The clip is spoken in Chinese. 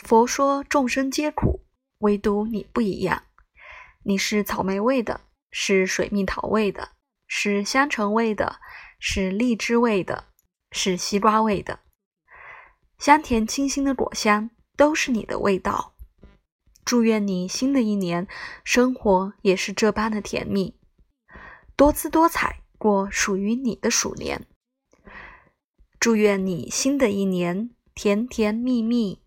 佛说众生皆苦，唯独你不一样。你是草莓味的，是水蜜桃味的，是香橙味的，是荔枝味的，是西瓜味的。香甜清新的果香都是你的味道。祝愿你新的一年生活也是这般的甜蜜，多姿多彩过属于你的鼠年。祝愿你新的一年甜甜蜜蜜，